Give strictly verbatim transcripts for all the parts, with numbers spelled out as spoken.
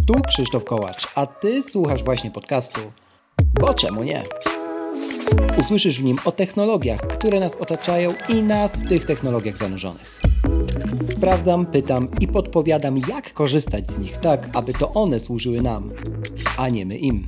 Tu Krzysztof Kołacz, a Ty słuchasz właśnie podcastu Bo czemu nie? Usłyszysz w nim o technologiach, które nas otaczają i nas w tych technologiach zanurzonych. Sprawdzam, pytam i podpowiadam, jak korzystać z nich tak, aby to one służyły nam, a nie my im.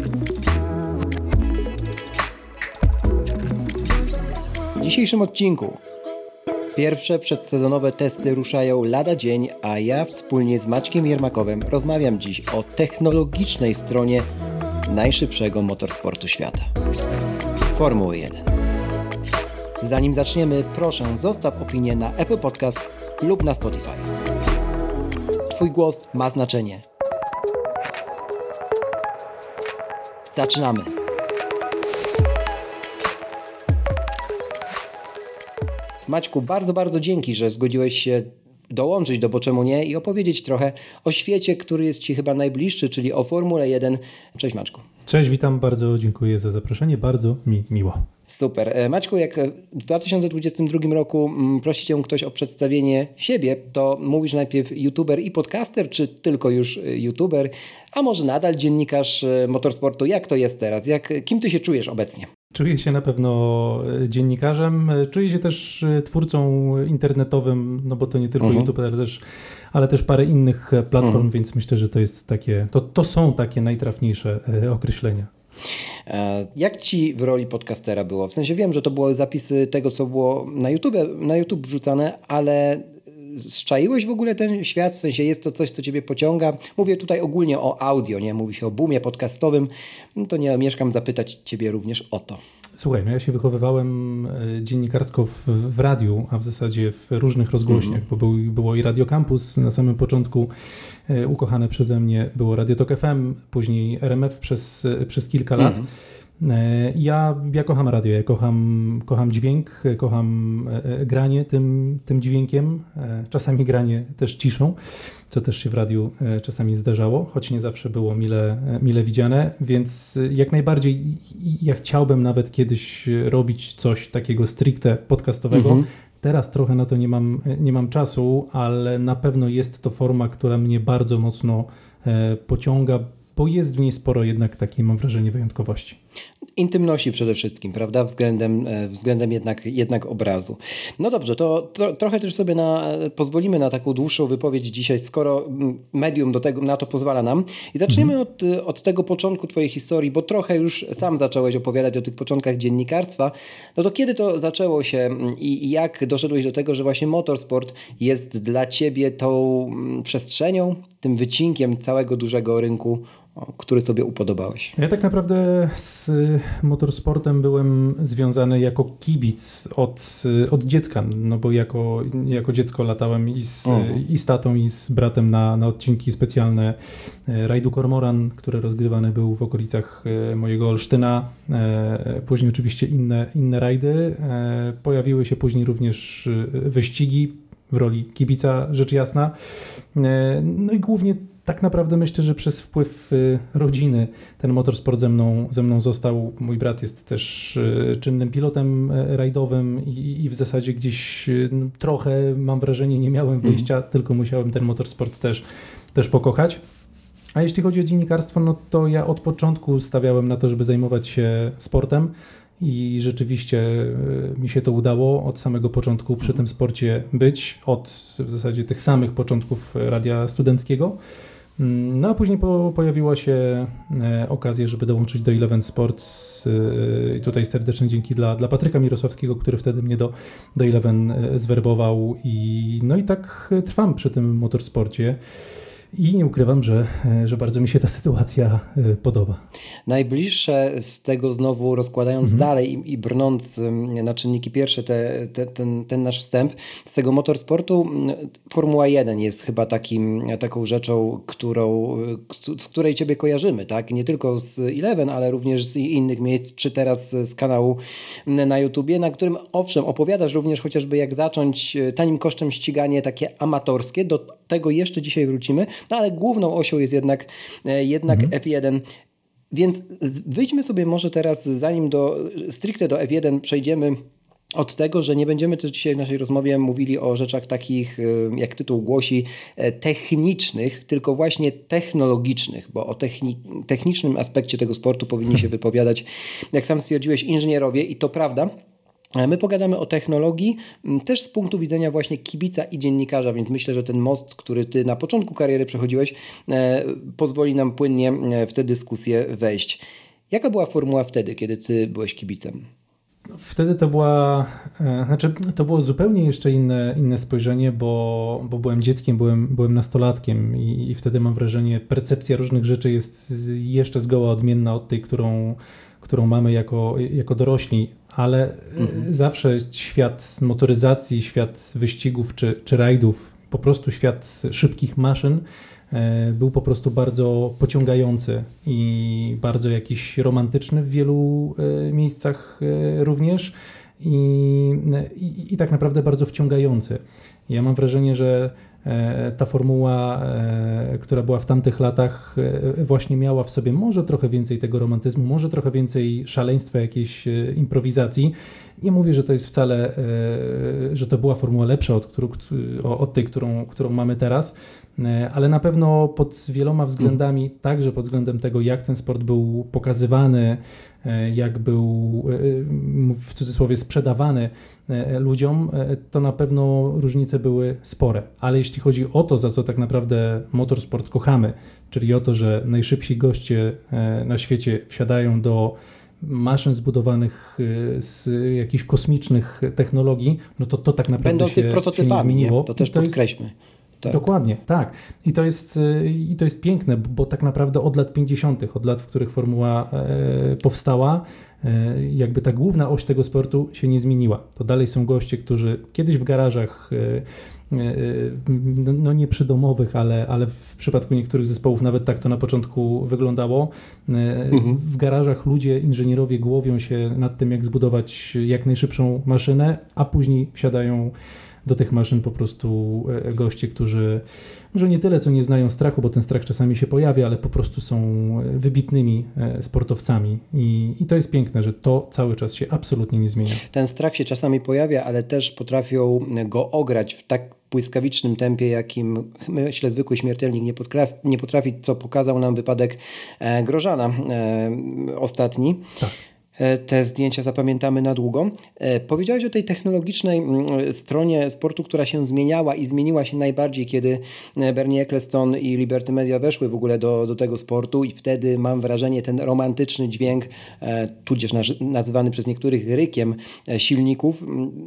W dzisiejszym odcinku pierwsze przedsezonowe testy ruszają lada dzień, a ja wspólnie z Maćkiem Jermakowem rozmawiam dziś o technologicznej stronie najszybszego motorsportu świata. Formuły jeden. Zanim zaczniemy, proszę zostaw opinię na Apple Podcast lub na Spotify. Twój głos ma znaczenie. Zaczynamy! Maćku, bardzo, bardzo dzięki, że zgodziłeś się dołączyć do Bo czemu nie i opowiedzieć trochę o świecie, który jest Ci chyba najbliższy, czyli o Formule jeden. Cześć Maćku. Cześć, witam, bardzo dziękuję za zaproszenie, bardzo mi miło. Super. Maćku, jak w dwa tysiące dwudziestym drugim roku prosi Cię ktoś o przedstawienie siebie, to mówisz najpierw youtuber i podcaster, czy tylko już youtuber, a może nadal dziennikarz motorsportu? Jak to jest teraz? Jak, kim Ty się czujesz obecnie? Czuję się na pewno dziennikarzem, czuję się też twórcą internetowym, no bo to nie tylko uh-huh. YouTube, ale też, ale też parę innych platform, uh-huh. więc myślę, że to jest takie, to, to są takie najtrafniejsze określenia. Jak Ci w roli podcastera było? W sensie wiem, że to były zapisy tego, co było na YouTube, na YouTube wrzucane, ale zczaiłeś w ogóle ten świat? W sensie jest to coś, co Ciebie pociąga? Mówię tutaj ogólnie o audio, nie? Mówi się o boomie podcastowym, no to nie omieszkam zapytać Ciebie również o to. Słuchaj, no ja się wychowywałem dziennikarsko w, w radiu, a w zasadzie w różnych rozgłośniach, mm. bo był, było i Radio Campus na samym początku, e, ukochane przeze mnie było Radio Tok F M, później R M F przez, przez kilka lat. Mm. Ja, ja kocham radio, ja kocham, kocham dźwięk, kocham granie tym, tym dźwiękiem, czasami granie też ciszą, co też się w radiu czasami zdarzało, choć nie zawsze było mile, mile widziane, więc jak najbardziej ja chciałbym nawet kiedyś robić coś takiego stricte podcastowego. Mhm. Teraz trochę na to nie mam, nie mam czasu, ale na pewno jest to forma, która mnie bardzo mocno pociąga, bo jest w niej sporo jednak takiej, mam wrażenie, wyjątkowości. Intymności przede wszystkim, prawda? Względem, względem jednak, jednak obrazu. No dobrze, to, to trochę też sobie na, pozwolimy na taką dłuższą wypowiedź dzisiaj, skoro medium do tego, na to pozwala nam. I zaczniemy mhm. od, od tego początku Twojej historii, bo trochę już sam zacząłeś opowiadać o tych początkach dziennikarstwa. No to kiedy to zaczęło się i, i jak doszedłeś do tego, że właśnie motorsport jest dla Ciebie tą przestrzenią, tym wycinkiem całego dużego rynku, który sobie upodobałeś? Ja tak naprawdę z motorsportem byłem związany jako kibic od, od dziecka, no bo jako, jako dziecko latałem i z, uh-huh. i z tatą, i z bratem na, na odcinki specjalne rajdu Kormoran, który rozgrywany był w okolicach mojego Olsztyna. Później oczywiście inne, inne rajdy. Pojawiły się później również wyścigi w roli kibica, rzecz jasna. No i głównie tak naprawdę myślę, że przez wpływ rodziny ten motorsport ze mną, ze mną został. Mój brat jest też czynnym pilotem rajdowym i, i w zasadzie gdzieś no, trochę, mam wrażenie, nie miałem wyjścia, mm. tylko musiałem ten motorsport też, też pokochać. A jeśli chodzi o dziennikarstwo, no to ja od początku stawiałem na to, żeby zajmować się sportem. I rzeczywiście mi się to udało od samego początku przy tym sporcie być, od w zasadzie tych samych początków radia studenckiego. No a później po, pojawiła się okazja, żeby dołączyć do Eleven Sports i tutaj serdeczne dzięki dla, dla Patryka Mirosławskiego, który wtedy mnie do, do Eleven zwerbował i no i tak trwam przy tym motorsporcie. I nie ukrywam, że, że bardzo mi się ta sytuacja podoba. Najbliższe z tego znowu rozkładając mhm. dalej i, i brnąc na czynniki pierwsze te, te, ten, ten nasz wstęp z tego motorsportu, Formuła jeden jest chyba takim, taką rzeczą, którą, z której Ciebie kojarzymy, tak? Nie tylko z Eleven, ale również z innych miejsc, czy teraz z kanału na YouTubie, na którym owszem opowiadasz również chociażby jak zacząć tanim kosztem ściganie takie amatorskie, do tego jeszcze dzisiaj wrócimy. No ale główną osią jest jednak, jednak mhm. F jeden. Więc wyjdźmy sobie może teraz, zanim do, stricte do F jeden przejdziemy, od tego, że nie będziemy też dzisiaj w naszej rozmowie mówili o rzeczach takich, jak tytuł głosi, technicznych, tylko właśnie technologicznych, bo o techni- technicznym aspekcie tego sportu powinni się wypowiadać, jak sam stwierdziłeś, inżynierowie i to prawda. My pogadamy o technologii też z punktu widzenia właśnie kibica i dziennikarza, więc myślę, że ten most, który ty na początku kariery przechodziłeś, pozwoli nam płynnie w tę dyskusję wejść. Jaka była formuła wtedy, kiedy ty byłeś kibicem? Wtedy to była, znaczy to było zupełnie jeszcze inne, inne spojrzenie, bo, bo byłem dzieckiem, byłem, byłem nastolatkiem i, i wtedy mam wrażenie, percepcja różnych rzeczy jest jeszcze zgoła odmienna od tej, którą, którą mamy jako, jako dorośli, ale mhm. zawsze świat motoryzacji, świat wyścigów czy, czy rajdów, po prostu świat szybkich maszyn był po prostu bardzo pociągający i bardzo jakiś romantyczny w wielu miejscach również i, i, i tak naprawdę bardzo wciągający. Ja mam wrażenie, że ta formuła, która była w tamtych latach, właśnie miała w sobie może trochę więcej tego romantyzmu, może trochę więcej szaleństwa, jakiejś improwizacji. Nie mówię, że to jest wcale, że to była formuła lepsza od, od tej, którą, którą mamy teraz, ale na pewno pod wieloma względami, także pod względem tego, jak ten sport był pokazywany, jak był w cudzysłowie sprzedawany ludziom, to na pewno różnice były spore. Ale jeśli chodzi o to, za co tak naprawdę motorsport kochamy, czyli o to, że najszybsi goście na świecie wsiadają do maszyn zbudowanych z jakichś kosmicznych technologii, no to to tak naprawdę Będących się, prototypami, się nie zmieniło. Nie? To też to podkreślmy. Jest, tak. Dokładnie, tak. I to jest, i to jest piękne, bo tak naprawdę od lat pięćdziesiątych, od lat, w których formuła e, powstała, e, jakby ta główna oś tego sportu się nie zmieniła. To dalej są goście, którzy kiedyś w garażach, e, e, no, no nie przydomowych, ale, ale w przypadku niektórych zespołów nawet tak to na początku wyglądało. E, mhm. W garażach ludzie, inżynierowie głowią się nad tym, jak zbudować jak najszybszą maszynę, a później wsiadają do tych maszyn po prostu goście, którzy może nie tyle, co nie znają strachu, bo ten strach czasami się pojawia, ale po prostu są wybitnymi sportowcami. I, i to jest piękne, że to cały czas się absolutnie nie zmienia. Ten strach się czasami pojawia, ale też potrafią go ograć w tak błyskawicznym tempie, jakim myślę zwykły śmiertelnik nie potrafi, nie potrafi, co pokazał nam wypadek Grożana e, ostatni. Tak. Te zdjęcia zapamiętamy na długo. Powiedziałeś o tej technologicznej stronie sportu, która się zmieniała i zmieniła się najbardziej, kiedy Bernie Ecclestone i Liberty Media weszły w ogóle do, do tego sportu i wtedy mam wrażenie, ten romantyczny dźwięk, tudzież nazywany przez niektórych rykiem silników,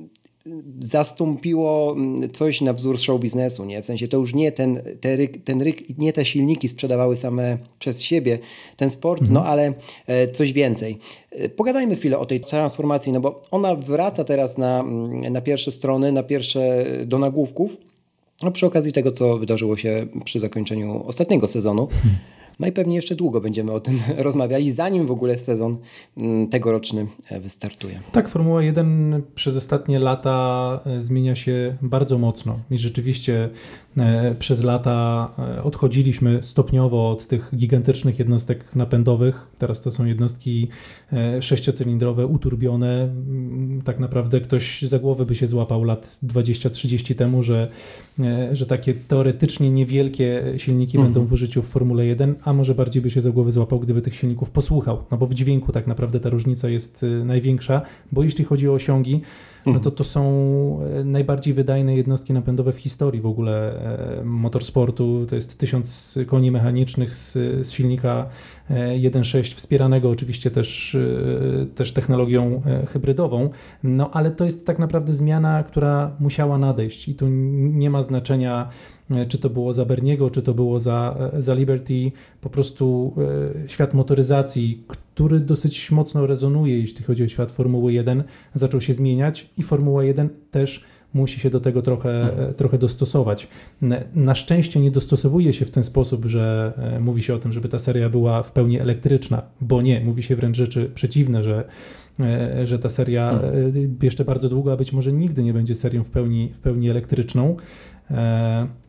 zastąpiło coś na wzór show biznesu, nie? W sensie to już nie ten, ten, ryk, ten ryk, nie te silniki sprzedawały same przez siebie ten sport, mhm. no ale coś więcej. Pogadajmy chwilę o tej transformacji, no bo ona wraca teraz na, na pierwsze strony, na pierwsze do nagłówków, no przy okazji tego, co wydarzyło się przy zakończeniu ostatniego sezonu. Hmm. No i pewnie jeszcze długo będziemy o tym rozmawiali, zanim w ogóle sezon tegoroczny wystartuje. Tak, Formuła jeden przez ostatnie lata zmienia się bardzo mocno i rzeczywiście przez lata odchodziliśmy stopniowo od tych gigantycznych jednostek napędowych. Teraz to są jednostki sześciocylindrowe, uturbione. Tak naprawdę ktoś za głowę by się złapał lat dwadzieścia trzydzieści temu, że, że takie teoretycznie niewielkie silniki mhm. będą w użyciu w Formule jeden, a może bardziej by się za głowę złapał, gdyby tych silników posłuchał. No bo w dźwięku tak naprawdę ta różnica jest największa, bo jeśli chodzi o osiągi, no to to są najbardziej wydajne jednostki napędowe w historii w ogóle motorsportu. To jest tysiąc koni mechanicznych z, z silnika jeden sześć wspieranego oczywiście też, też technologią hybrydową, no ale to jest tak naprawdę zmiana, która musiała nadejść i tu nie ma znaczenia, czy to było za Berniego, czy to było za, za Liberty, po prostu świat motoryzacji, który dosyć mocno rezonuje, jeśli chodzi o świat Formuły jeden, zaczął się zmieniać i Formuła jeden też musi się do tego trochę, mhm. trochę dostosować. Na szczęście nie dostosowuje się w ten sposób, że mówi się o tym, żeby ta seria była w pełni elektryczna, bo nie, mówi się wręcz rzeczy przeciwne, że, że ta seria mhm. jeszcze bardzo długo, a być może nigdy nie będzie serią w pełni, w pełni elektryczną.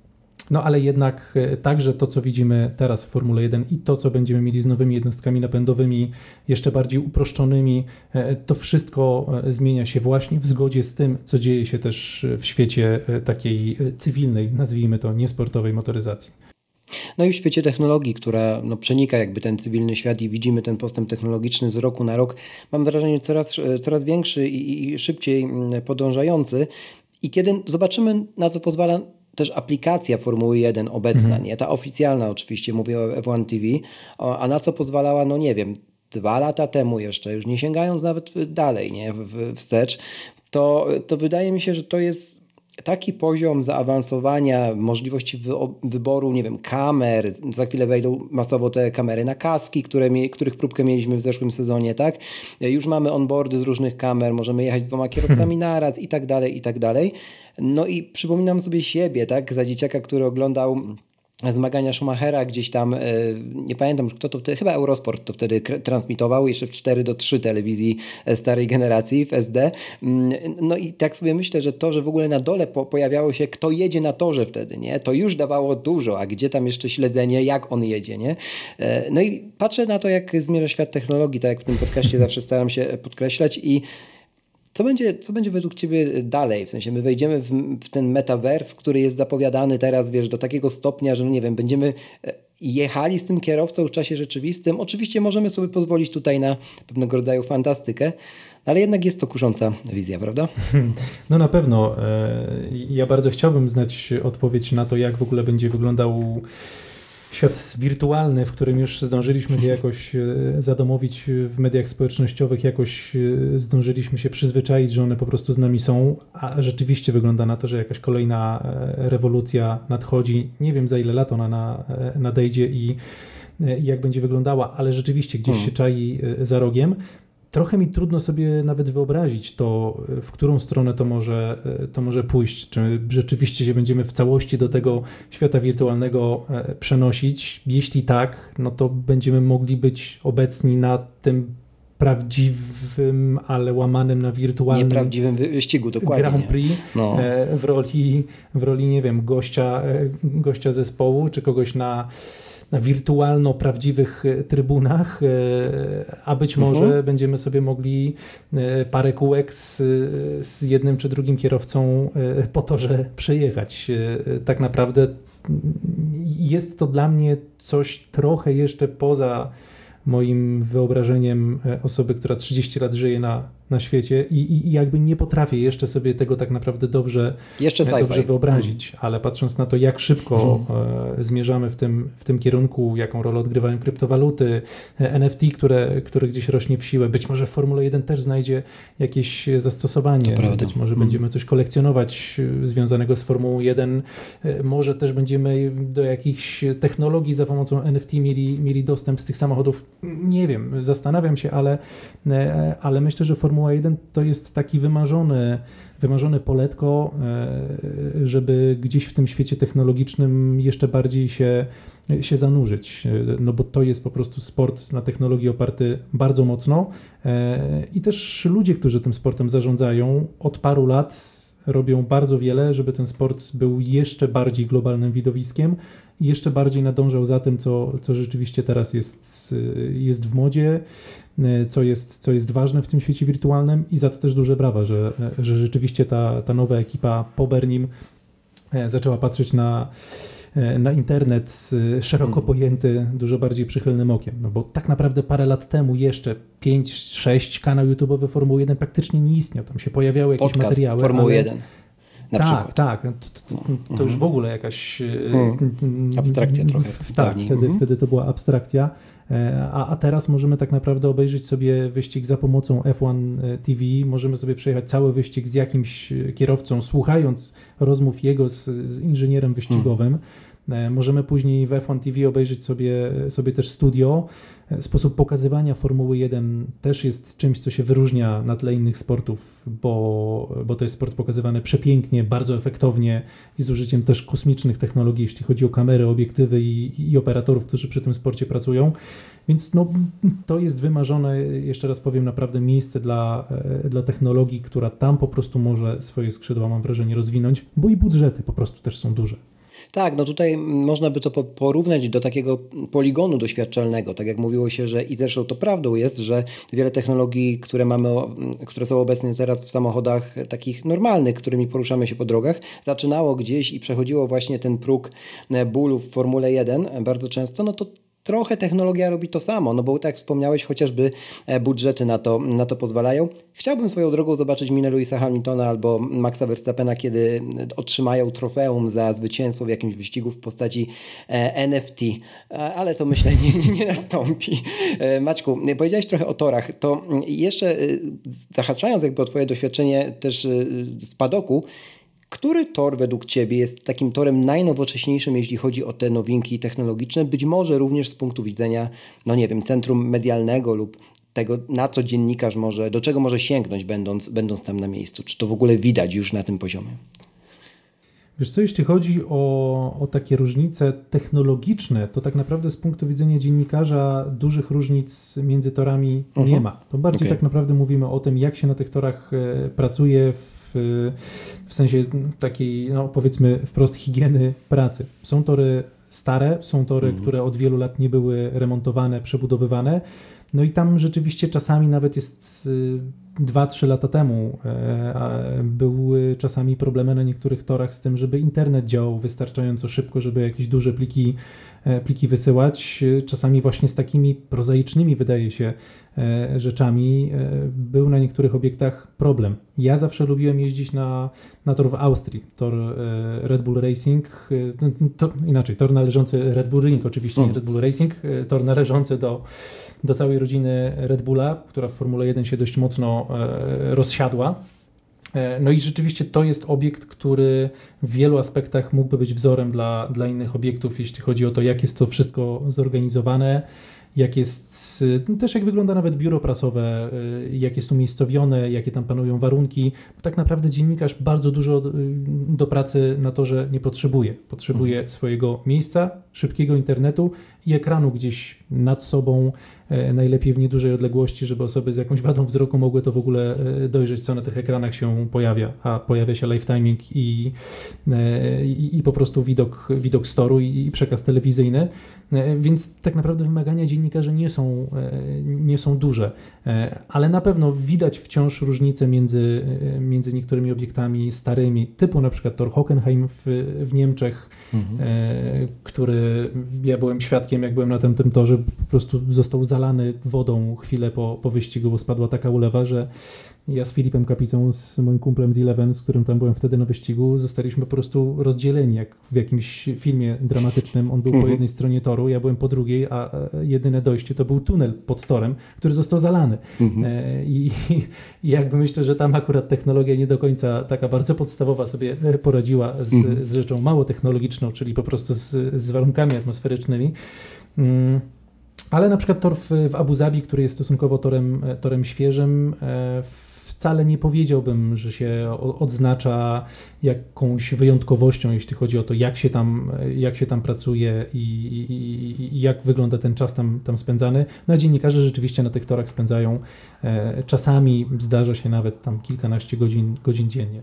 No ale jednak także to, co widzimy teraz w Formule jeden i to, co będziemy mieli z nowymi jednostkami napędowymi, jeszcze bardziej uproszczonymi, to wszystko zmienia się właśnie w zgodzie z tym, co dzieje się też w świecie takiej cywilnej, nazwijmy to niesportowej motoryzacji. No i w świecie technologii, która no, przenika jakby ten cywilny świat i widzimy ten postęp technologiczny z roku na rok, mam wrażenie coraz, coraz większy i, i szybciej podążający. I kiedy zobaczymy, na co pozwala też aplikacja Formuły jeden obecna, mhm. nie ta oficjalna oczywiście, mówię o F jeden T V, a na co pozwalała, no nie wiem, dwa lata temu jeszcze, już nie sięgając nawet dalej, nie, w, wstecz, to, to wydaje mi się, że to jest taki poziom zaawansowania, możliwości wy, wyboru, nie wiem, kamer, za chwilę wejdą masowo te kamery na kaski, które mie, których próbkę mieliśmy w zeszłym sezonie, tak? Już mamy onboardy z różnych kamer, możemy jechać z dwoma kierowcami naraz i tak dalej, i tak dalej. No i przypominam sobie siebie, tak? Za dzieciaka, który oglądał zmagania Schumachera gdzieś tam, nie pamiętam kto to wtedy, chyba Eurosport to wtedy transmitował, jeszcze w cztery do trzech telewizji starej generacji w S D. No i tak sobie myślę, że to, że w ogóle na dole po, pojawiało się, kto jedzie na torze wtedy, nie? To już dawało dużo, a gdzie tam jeszcze śledzenie, jak on jedzie, nie? No i patrzę na to, jak zmierza świat technologii, tak jak w tym podcaście zawsze staram się podkreślać i Co będzie, co będzie według Ciebie dalej? W sensie my wejdziemy w, w ten metavers, który jest zapowiadany teraz, wiesz, do takiego stopnia, że no nie wiem, będziemy jechali z tym kierowcą w czasie rzeczywistym. Oczywiście możemy sobie pozwolić tutaj na pewnego rodzaju fantastykę, ale jednak jest to kusząca wizja, prawda? No na pewno. Ja bardzo chciałbym znać odpowiedź na to, jak w ogóle będzie wyglądał świat wirtualny, w którym już zdążyliśmy się jakoś zadomowić w mediach społecznościowych, jakoś zdążyliśmy się przyzwyczaić, że one po prostu z nami są, a rzeczywiście wygląda na to, że jakaś kolejna rewolucja nadchodzi. Nie wiem, za ile lat ona nadejdzie i jak będzie wyglądała, ale rzeczywiście gdzieś hmm. się czai za rogiem. Trochę mi trudno sobie nawet wyobrazić to, w którą stronę to może, to może pójść. Czy rzeczywiście się będziemy w całości do tego świata wirtualnego przenosić? Jeśli tak, no to będziemy mogli być obecni na tym prawdziwym, ale łamanym na wirtualnym nieprawdziwym wyścigu, dokładnie. Grand Prix no. w roli, w roli, nie wiem, gościa, gościa zespołu, czy kogoś na na wirtualno-prawdziwych trybunach, a być może uh-huh. będziemy sobie mogli parę kółek z, z jednym czy drugim kierowcą po torze przejechać. Tak naprawdę jest to dla mnie coś trochę jeszcze poza moim wyobrażeniem osoby, która trzydzieści lat żyje na, na świecie i, i jakby nie potrafię jeszcze sobie tego tak naprawdę dobrze, jeszcze dobrze wyobrazić, mm. ale patrząc na to, jak szybko mm. e, zmierzamy w tym, w tym kierunku, jaką rolę odgrywają kryptowaluty, N F T, które, które gdzieś rośnie w siłę, być może w Formule jeden też znajdzie jakieś zastosowanie, być może mm. będziemy coś kolekcjonować związanego z Formułą jeden, e, może też będziemy do jakichś technologii za pomocą N F T mieli, mieli dostęp z tych samochodów. Nie wiem, zastanawiam się, ale, e, ale myślę, że Formuła jeden to jest taki wymarzony, wymarzone poletko, żeby gdzieś w tym świecie technologicznym jeszcze bardziej się, się zanurzyć, no bo to jest po prostu sport na technologii oparty bardzo mocno i też ludzie, którzy tym sportem zarządzają, od paru lat robią bardzo wiele, żeby ten sport był jeszcze bardziej globalnym widowiskiem i jeszcze bardziej nadążał za tym, co, co rzeczywiście teraz jest, jest w modzie, co jest, co jest ważne w tym świecie wirtualnym i za to też duże brawa, że, że rzeczywiście ta, ta nowa ekipa po Bernim zaczęła patrzeć na, na internet szeroko pojęty, dużo bardziej przychylnym okiem. No bo tak naprawdę parę lat temu jeszcze pięć sześć kanał YouTube'owy Formuły jeden praktycznie nie istniał. Tam się pojawiały jakieś Podcast materiały. Formuły ale... jeden. Na tak, przykład. tak. To, to, to już w ogóle jakaś... Hmm. Abstrakcja trochę. Tak, wtedy, hmm. wtedy to była abstrakcja. A, a teraz możemy tak naprawdę obejrzeć sobie wyścig za pomocą F jeden T V, możemy sobie przejechać cały wyścig z jakimś kierowcą, słuchając rozmów jego z, z inżynierem wyścigowym. Hmm. Możemy później w F jeden T V obejrzeć sobie, sobie też studio. Sposób pokazywania Formuły jeden też jest czymś, co się wyróżnia na tle innych sportów, bo, bo to jest sport pokazywany przepięknie, bardzo efektownie i z użyciem też kosmicznych technologii, jeśli chodzi o kamery, obiektywy i, i operatorów, którzy przy tym sporcie pracują. Więc no, to jest wymarzone, jeszcze raz powiem, naprawdę miejsce dla, dla technologii, która tam po prostu może swoje skrzydła, mam wrażenie, rozwinąć, bo i budżety po prostu też są duże. Tak, no tutaj można by to porównać do takiego poligonu doświadczalnego. Tak jak mówiło się, że i zresztą to prawdą jest, że wiele technologii, które mamy, które są obecne teraz w samochodach takich normalnych, którymi poruszamy się po drogach, zaczynało gdzieś i przechodziło właśnie ten próg bólu w Formule jeden bardzo często, no to trochę technologia robi to samo, no bo tak jak wspomniałeś, chociażby budżety na to, na to pozwalają. Chciałbym swoją drogą zobaczyć minę Lewisa Hamiltona albo Maxa Verstappena, kiedy otrzymają trofeum za zwycięstwo w jakimś wyścigu w postaci N F T, ale to myślę nie, nie nastąpi. Maćku, powiedziałeś trochę o torach, to jeszcze zahaczając jakby o twoje doświadczenie też z padoku, który tor według Ciebie jest takim torem najnowocześniejszym, jeśli chodzi o te nowinki technologiczne, być może również z punktu widzenia, no nie wiem, centrum medialnego lub tego, na co dziennikarz może, do czego może sięgnąć, będąc, będąc tam na miejscu? Czy to w ogóle widać już na tym poziomie? Wiesz co, jeśli chodzi o, o takie różnice technologiczne, to tak naprawdę z punktu widzenia dziennikarza dużych różnic między torami uh-huh. nie ma. To bardziej okay. tak naprawdę mówimy o tym, jak się na tych torach e, pracuje w, w sensie takiej, no powiedzmy wprost higieny pracy. Są tory stare, są tory, uh-huh. które od wielu lat nie były remontowane, przebudowywane. No i tam rzeczywiście czasami nawet jest dwa trzy lata temu e, były czasami problemy na niektórych torach z tym, żeby internet działał wystarczająco szybko, żeby jakieś duże pliki, e, pliki wysyłać. Czasami właśnie z takimi prozaicznymi, wydaje się, e, rzeczami e, był na niektórych obiektach problem. Ja zawsze lubiłem jeździć na, na tor w Austrii, tor e, Red Bull Racing, e, to, inaczej, tor należący Red Bull Ring, oczywiście nie Red Bull Racing, e, tor należący do do całej rodziny Red Bulla, która w Formule jeden się dość mocno e, rozsiadła. E, no i rzeczywiście to jest obiekt, który w wielu aspektach mógłby być wzorem dla, dla innych obiektów, jeśli chodzi o to, jak jest to wszystko zorganizowane, jak jest, też jak wygląda nawet biuro prasowe, jak jest umiejscowione, jakie tam panują warunki. Tak naprawdę dziennikarz bardzo dużo do pracy na torze nie potrzebuje. Potrzebuje mhm. swojego miejsca, szybkiego internetu i ekranu gdzieś nad sobą, najlepiej w niedużej odległości, żeby osoby z jakąś wadą wzroku mogły to w ogóle dojrzeć, co na tych ekranach się pojawia, a pojawia się live timing i, i, i po prostu widok, widok z toru i, i przekaz telewizyjny, więc tak naprawdę wymagania dziennikarzy nie są, nie są duże, ale na pewno widać wciąż różnice między, między niektórymi obiektami starymi, typu na przykład tor Hockenheim w, w Niemczech, mhm. który ja byłem świadkiem, jak byłem na tym, tym torze, po prostu został zalany wodą chwilę po, po wyścigu, bo spadła taka ulewa, że ja z Filipem Kapicą, z moim kumplem z Eleven, z którym tam byłem wtedy na wyścigu, zostaliśmy po prostu rozdzieleni, jak w jakimś filmie dramatycznym. On był mhm. po jednej stronie toru, ja byłem po drugiej, a jedyne dojście to był tunel pod torem, który został zalany. Mhm. E, i, I jakby myślę, że tam akurat technologia nie do końca taka bardzo podstawowa sobie poradziła z, mhm. z rzeczą mało technologiczną, czyli po prostu z, z warunkami atmosferycznymi. Mm. Ale na przykład tor w, w Abu Zabi, który jest stosunkowo torem, torem świeżym, e, wcale nie powiedziałbym, że się odznacza jakąś wyjątkowością, jeśli chodzi o to, jak się tam, jak się tam pracuje i, i, i jak wygląda ten czas tam, tam spędzany. No a dziennikarze rzeczywiście na tych torach spędzają e, czasami, zdarza się nawet tam kilkanaście godzin, godzin dziennie.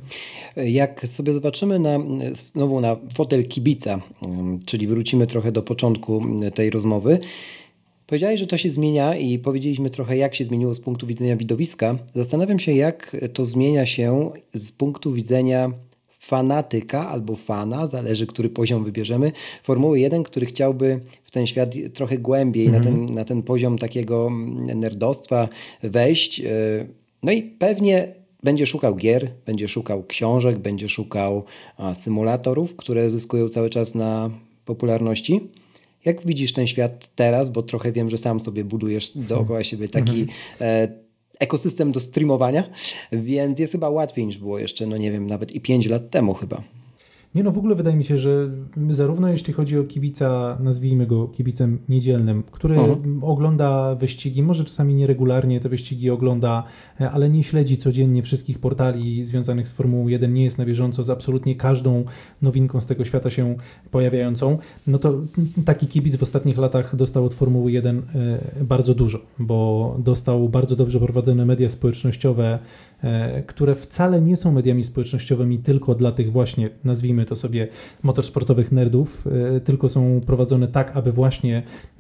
Jak sobie zobaczymy na, znowu na fotel kibica, czyli wrócimy trochę do początku tej rozmowy, powiedziałeś, że to się zmienia i powiedzieliśmy trochę, jak się zmieniło z punktu widzenia widowiska. Zastanawiam się, jak to zmienia się z punktu widzenia fanatyka albo fana, zależy, który poziom wybierzemy, Formuły jeden, który chciałby w ten świat trochę głębiej, mm-hmm. na, ten, na ten poziom takiego nerdostwa wejść. No i pewnie będzie szukał gier, będzie szukał książek, będzie szukał a, symulatorów, które zyskują cały czas na popularności. Jak widzisz ten świat teraz, bo trochę wiem, że sam sobie budujesz dookoła siebie taki mhm. e, ekosystem do streamowania, więc jest chyba łatwiej niż było jeszcze, no nie wiem, nawet i pięć lat temu chyba. Nie no, w ogóle wydaje mi się, że zarówno jeśli chodzi o kibica, nazwijmy go kibicem niedzielnym, który uh-huh. ogląda wyścigi, może czasami nieregularnie te wyścigi ogląda, ale nie śledzi codziennie wszystkich portali związanych z Formułą jeden, nie jest na bieżąco z absolutnie każdą nowinką z tego świata się pojawiającą, no to taki kibic w ostatnich latach dostał od Formuły jeden bardzo dużo, bo dostał bardzo dobrze prowadzone media społecznościowe, które wcale nie są mediami społecznościowymi tylko dla tych właśnie, nazwijmy to sobie, motorsportowych nerdów, tylko są prowadzone tak, aby właśnie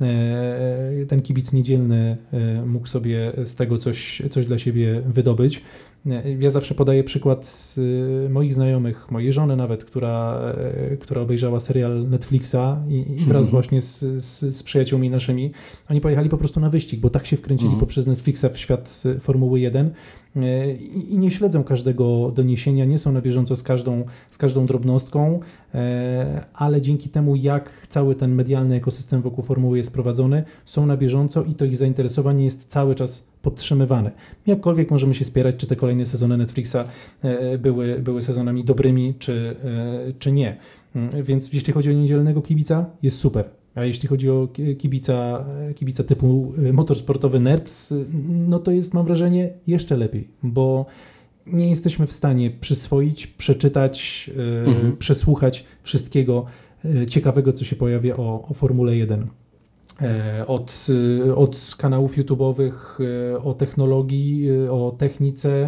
ten kibic niedzielny mógł sobie z tego coś, coś dla siebie wydobyć. Ja zawsze podaję przykład moich znajomych, mojej żony nawet, która, która obejrzała serial Netflixa i, i wraz właśnie z, z, z przyjaciółmi naszymi, oni pojechali po prostu na wyścig, bo tak się wkręcili mhm. poprzez Netflixa w świat Formuły jeden i, i nie śledzą każdego doniesienia, nie są na bieżąco z każdą, z każdą drobnostką, ale dzięki temu, jak cały ten medialny ekosystem wokół Formuły jest prowadzony, są na bieżąco i to ich zainteresowanie jest cały czas podtrzymywane. Jakkolwiek możemy się spierać, czy te kolejne sezony Netflixa były, były sezonami dobrymi, czy, czy nie. Więc jeśli chodzi o niedzielnego kibica, jest super. A jeśli chodzi o kibica, kibica typu motorsportowy nerds, no to jest, mam wrażenie, jeszcze lepiej, bo nie jesteśmy w stanie przyswoić, przeczytać, mhm. przesłuchać wszystkiego ciekawego, co się pojawia o, o Formule jeden. Od, od kanałów YouTube'owych, o technologii, o technice,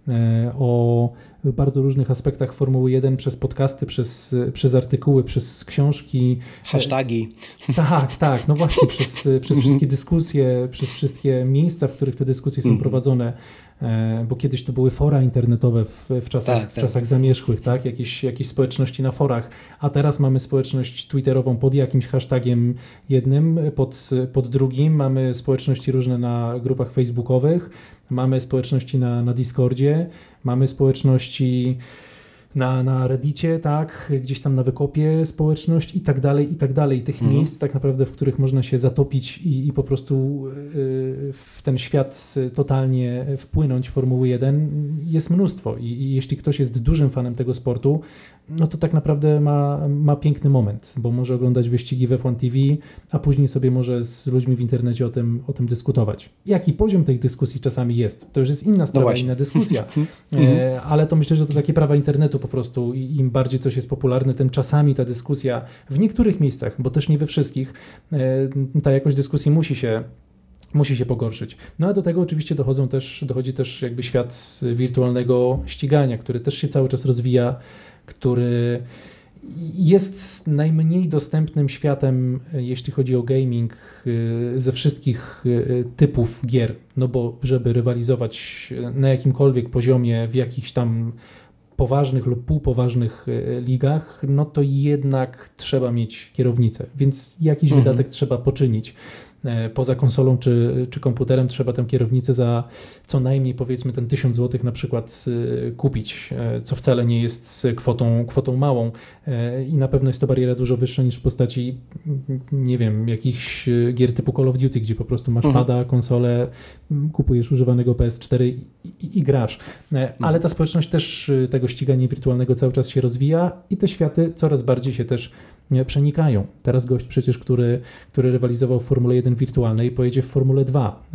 o bardzo różnych aspektach Formuły jeden, przez podcasty, przez, przez artykuły, przez książki. Hasztagi. Tak, tak, no właśnie, przez, przez wszystkie dyskusje, przez wszystkie miejsca, w których te dyskusje są prowadzone, bo kiedyś to były fora internetowe w, w, czasach, tak, w czasach tak. zamierzchłych, tak? Jakieś, jakieś społeczności na forach, a teraz mamy społeczność twitterową pod jakimś hashtagiem jednym, pod, pod drugim, mamy społeczności różne na grupach facebookowych, mamy społeczności na, na Discordzie, mamy społeczności na, na Reddicie, tak, gdzieś tam na Wykopie społeczność i tak dalej, i tak dalej. Tych mhm. miejsc tak naprawdę, w których można się zatopić i, i po prostu y, w ten świat totalnie wpłynąć Formuły jeden jest mnóstwo. I, i jeśli ktoś jest dużym fanem tego sportu, no to tak naprawdę ma, ma piękny moment, bo może oglądać wyścigi w F jeden T V, a później sobie może z ludźmi w internecie o tym, o tym dyskutować. Jaki poziom tej dyskusji czasami jest, to już jest inna sprawa, no inna dyskusja, e, ale to myślę, że to takie prawa internetu po prostu i im bardziej coś jest popularne, tym czasami ta dyskusja w niektórych miejscach, bo też nie we wszystkich, e, ta jakość dyskusji musi się musi się pogorszyć. No a do tego oczywiście dochodzą też, dochodzi też jakby świat wirtualnego ścigania, który też się cały czas rozwija, który jest najmniej dostępnym światem, jeśli chodzi o gaming, ze wszystkich typów gier. No bo żeby rywalizować na jakimkolwiek poziomie, w jakichś tam poważnych lub półpoważnych ligach, no to jednak trzeba mieć kierownicę, więc jakiś mhm. wydatek trzeba poczynić. Poza konsolą czy, czy komputerem trzeba tę kierownicę za co najmniej powiedzmy ten tysiąc złotych na przykład kupić, co wcale nie jest kwotą, kwotą małą i na pewno jest to bariera dużo wyższa niż w postaci, nie wiem, jakichś gier typu Call of Duty, gdzie po prostu masz mhm. pada, konsolę, kupujesz używanego P S cztery i, i, i grasz. Ale ta społeczność też tego ścigania wirtualnego cały czas się rozwija i te światy coraz bardziej się też przenikają. Teraz gość przecież, który, który rywalizował w Formule jeden wirtualnej, pojedzie w Formule dwa.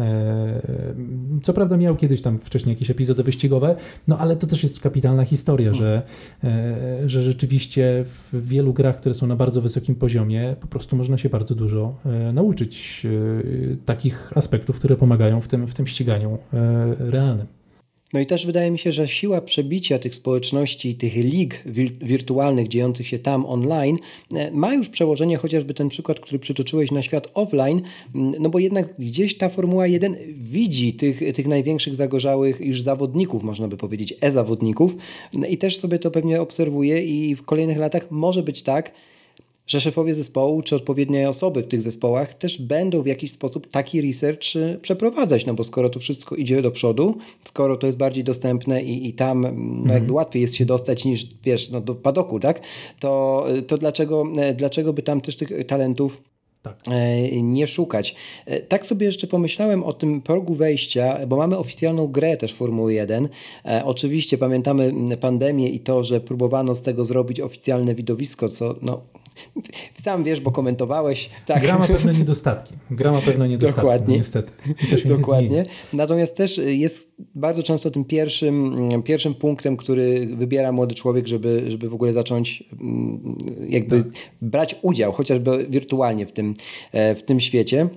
Co prawda miał kiedyś tam wcześniej jakieś epizody wyścigowe, no ale to też jest kapitalna historia, że, że rzeczywiście w wielu grach, które są na bardzo wysokim poziomie, po prostu można się bardzo dużo nauczyć takich aspektów, które pomagają w tym, w tym ściganiu realnym. No i też wydaje mi się, że siła przebicia tych społeczności, tych lig wir- wirtualnych dziejących się tam online ma już przełożenie, chociażby ten przykład, który przytoczyłeś na świat offline, no bo jednak gdzieś ta Formuła jeden widzi tych, tych największych zagorzałych już zawodników, można by powiedzieć, e-zawodników i też sobie to pewnie obserwuje i w kolejnych latach może być tak, że szefowie zespołu czy odpowiednie osoby w tych zespołach też będą w jakiś sposób taki research przeprowadzać, no bo skoro to wszystko idzie do przodu, skoro to jest bardziej dostępne i, i tam no jakby łatwiej jest się dostać niż, wiesz, no do padoku, tak? To, to dlaczego, dlaczego by tam też tych talentów tak nie szukać. Tak sobie jeszcze pomyślałem o tym progu wejścia, bo mamy oficjalną grę też Formuły jeden. E, oczywiście pamiętamy pandemię i to, że próbowano z tego zrobić oficjalne widowisko, co no sam wiesz, bo komentowałeś. Tak. Gra ma pewne niedostatki. Gra ma pewne niedostatki, Dokładnie. No, niestety. I to się Dokładnie. nie Natomiast też jest bardzo często tym pierwszym, pierwszym punktem, który wybiera młody człowiek, żeby, żeby w ogóle zacząć jakby tak. brać udział, chociażby wirtualnie w tym, w tym świecie.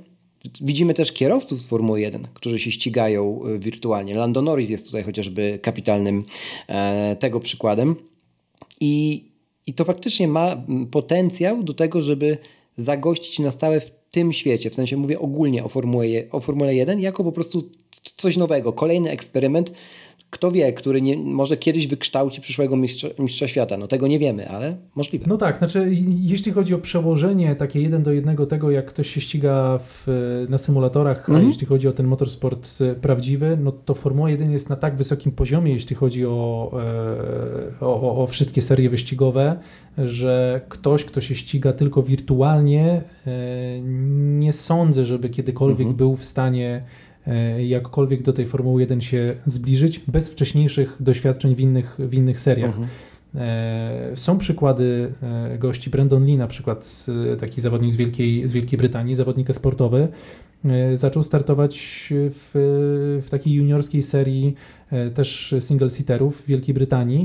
Widzimy też kierowców z Formuły jeden, którzy się ścigają wirtualnie. Lando Norris jest tutaj chociażby kapitalnym e, tego przykładem. I, I to faktycznie ma potencjał do tego, żeby zagościć na stałe w tym świecie. W sensie mówię ogólnie o Formule, o Formule jeden jako po prostu coś nowego, kolejny eksperyment. Kto wie, który nie, może kiedyś wykształci przyszłego mistrza, mistrza świata. No tego nie wiemy, ale możliwe. No tak, znaczy jeśli chodzi o przełożenie takie jeden do jednego tego, jak ktoś się ściga w, na symulatorach, mm-hmm. a jeśli chodzi o ten motorsport prawdziwy, no to Formuła jeden jest na tak wysokim poziomie, jeśli chodzi o, o, o wszystkie serie wyścigowe, że ktoś, kto się ściga tylko wirtualnie, nie sądzę, żeby kiedykolwiek mm-hmm. był w stanie jakkolwiek do tej Formuły jeden się zbliżyć bez wcześniejszych doświadczeń w innych, w innych seriach. Mhm. Są przykłady gości. Brandon Lee na przykład, taki zawodnik z Wielkiej, z Wielkiej Brytanii, zawodnik sportowy, zaczął startować w, w takiej juniorskiej serii też single-seaterów w Wielkiej Brytanii.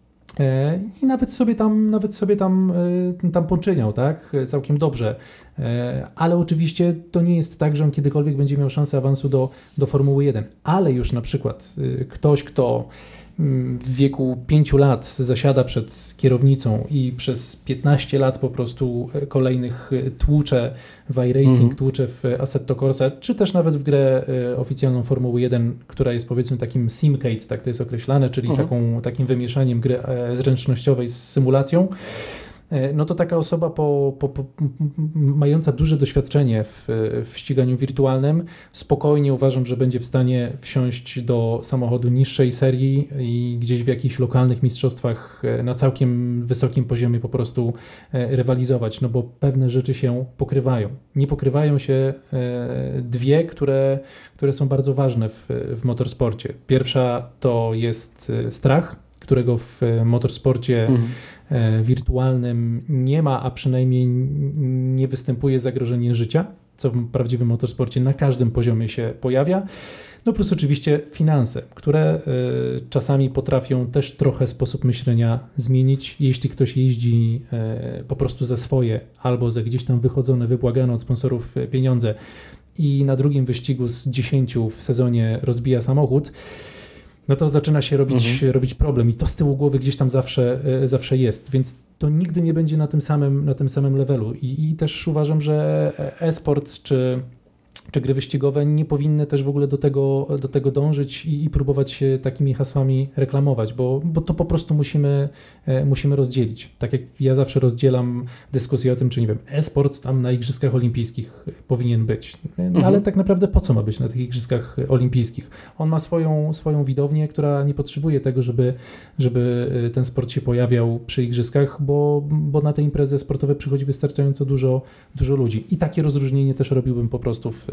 I nawet sobie tam, nawet sobie tam, tam poczyniał, tak? Całkiem dobrze. Ale oczywiście to nie jest tak, że on kiedykolwiek będzie miał szansę awansu do, do Formuły jeden. Ale już na przykład ktoś, kto w wieku pięciu lat zasiada przed kierownicą i przez piętnaście lat po prostu kolejnych tłucze w iRacing, mm. tłucze w Assetto Corsa, czy też nawet w grę oficjalną Formuły jeden, która jest powiedzmy takim simcade, tak to jest określane, czyli mm. taką, takim wymieszaniem gry zręcznościowej z symulacją, no to taka osoba po, po, po, mająca duże doświadczenie w, w ściganiu wirtualnym spokojnie uważam, że będzie w stanie wsiąść do samochodu niższej serii i gdzieś w jakichś lokalnych mistrzostwach na całkiem wysokim poziomie po prostu rywalizować, no bo pewne rzeczy się pokrywają. Nie pokrywają się dwie, które, które są bardzo ważne w, w motorsporcie. Pierwsza to jest strach, którego w motorsporcie mhm. wirtualnym nie ma, a przynajmniej nie występuje zagrożenie życia, co w prawdziwym motorsporcie na każdym poziomie się pojawia. No plus oczywiście finanse, które y, czasami potrafią też trochę sposób myślenia zmienić. Jeśli ktoś jeździ y, po prostu za swoje albo za gdzieś tam wychodzone, wybłagane od sponsorów pieniądze i na drugim wyścigu z dziesięciu w sezonie rozbija samochód, no to zaczyna się robić, mhm. robić problem i to z tyłu głowy gdzieś tam zawsze, zawsze jest, więc to nigdy nie będzie na tym samym, na tym samym levelu i, i też uważam, że e-sport czy, czy gry wyścigowe nie powinny też w ogóle do tego, do tego dążyć i, i próbować się takimi hasłami reklamować, bo, bo to po prostu musimy, musimy rozdzielić. Tak jak ja zawsze rozdzielam dyskusję o tym, czy nie wiem, e-sport tam na Igrzyskach Olimpijskich powinien być, no, mhm. ale tak naprawdę po co ma być na tych Igrzyskach Olimpijskich? On ma swoją, swoją widownię, która nie potrzebuje tego, żeby, żeby ten sport się pojawiał przy Igrzyskach, bo, bo na te imprezy sportowe przychodzi wystarczająco dużo, dużo ludzi. I takie rozróżnienie też robiłbym po prostu w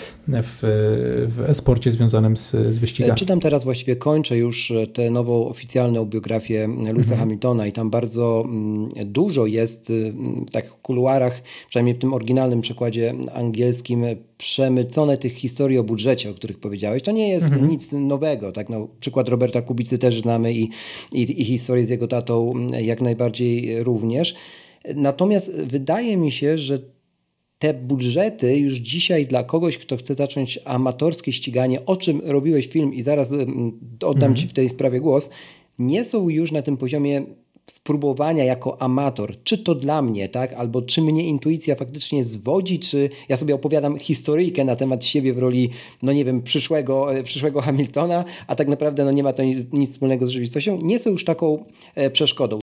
w, w e-sporcie związanym z, z wyścigami. Czytam teraz, właściwie kończę już tę nową oficjalną biografię Lewisa mhm. Hamiltona i tam bardzo dużo jest w takich kuluarach, przynajmniej w tym oryginalnym przekładzie angielskim, przemycone tych historii o budżecie, o których powiedziałeś. To nie jest mhm. nic nowego. Tak? No, przykład Roberta Kubicy też znamy i, i, i historię z jego tatą jak najbardziej również. Natomiast wydaje mi się, że te budżety już dzisiaj dla kogoś, kto chce zacząć amatorskie ściganie, o czym robiłeś film i zaraz oddam mm. Ci w tej sprawie głos, nie są już na tym poziomie spróbowania jako amator, czy to dla mnie, tak, albo czy mnie intuicja faktycznie zwodzi, czy ja sobie opowiadam historyjkę na temat siebie w roli, no nie wiem, przyszłego, przyszłego Hamiltona, a tak naprawdę no nie ma to nic, nic wspólnego z rzeczywistością, nie są już taką e, przeszkodą.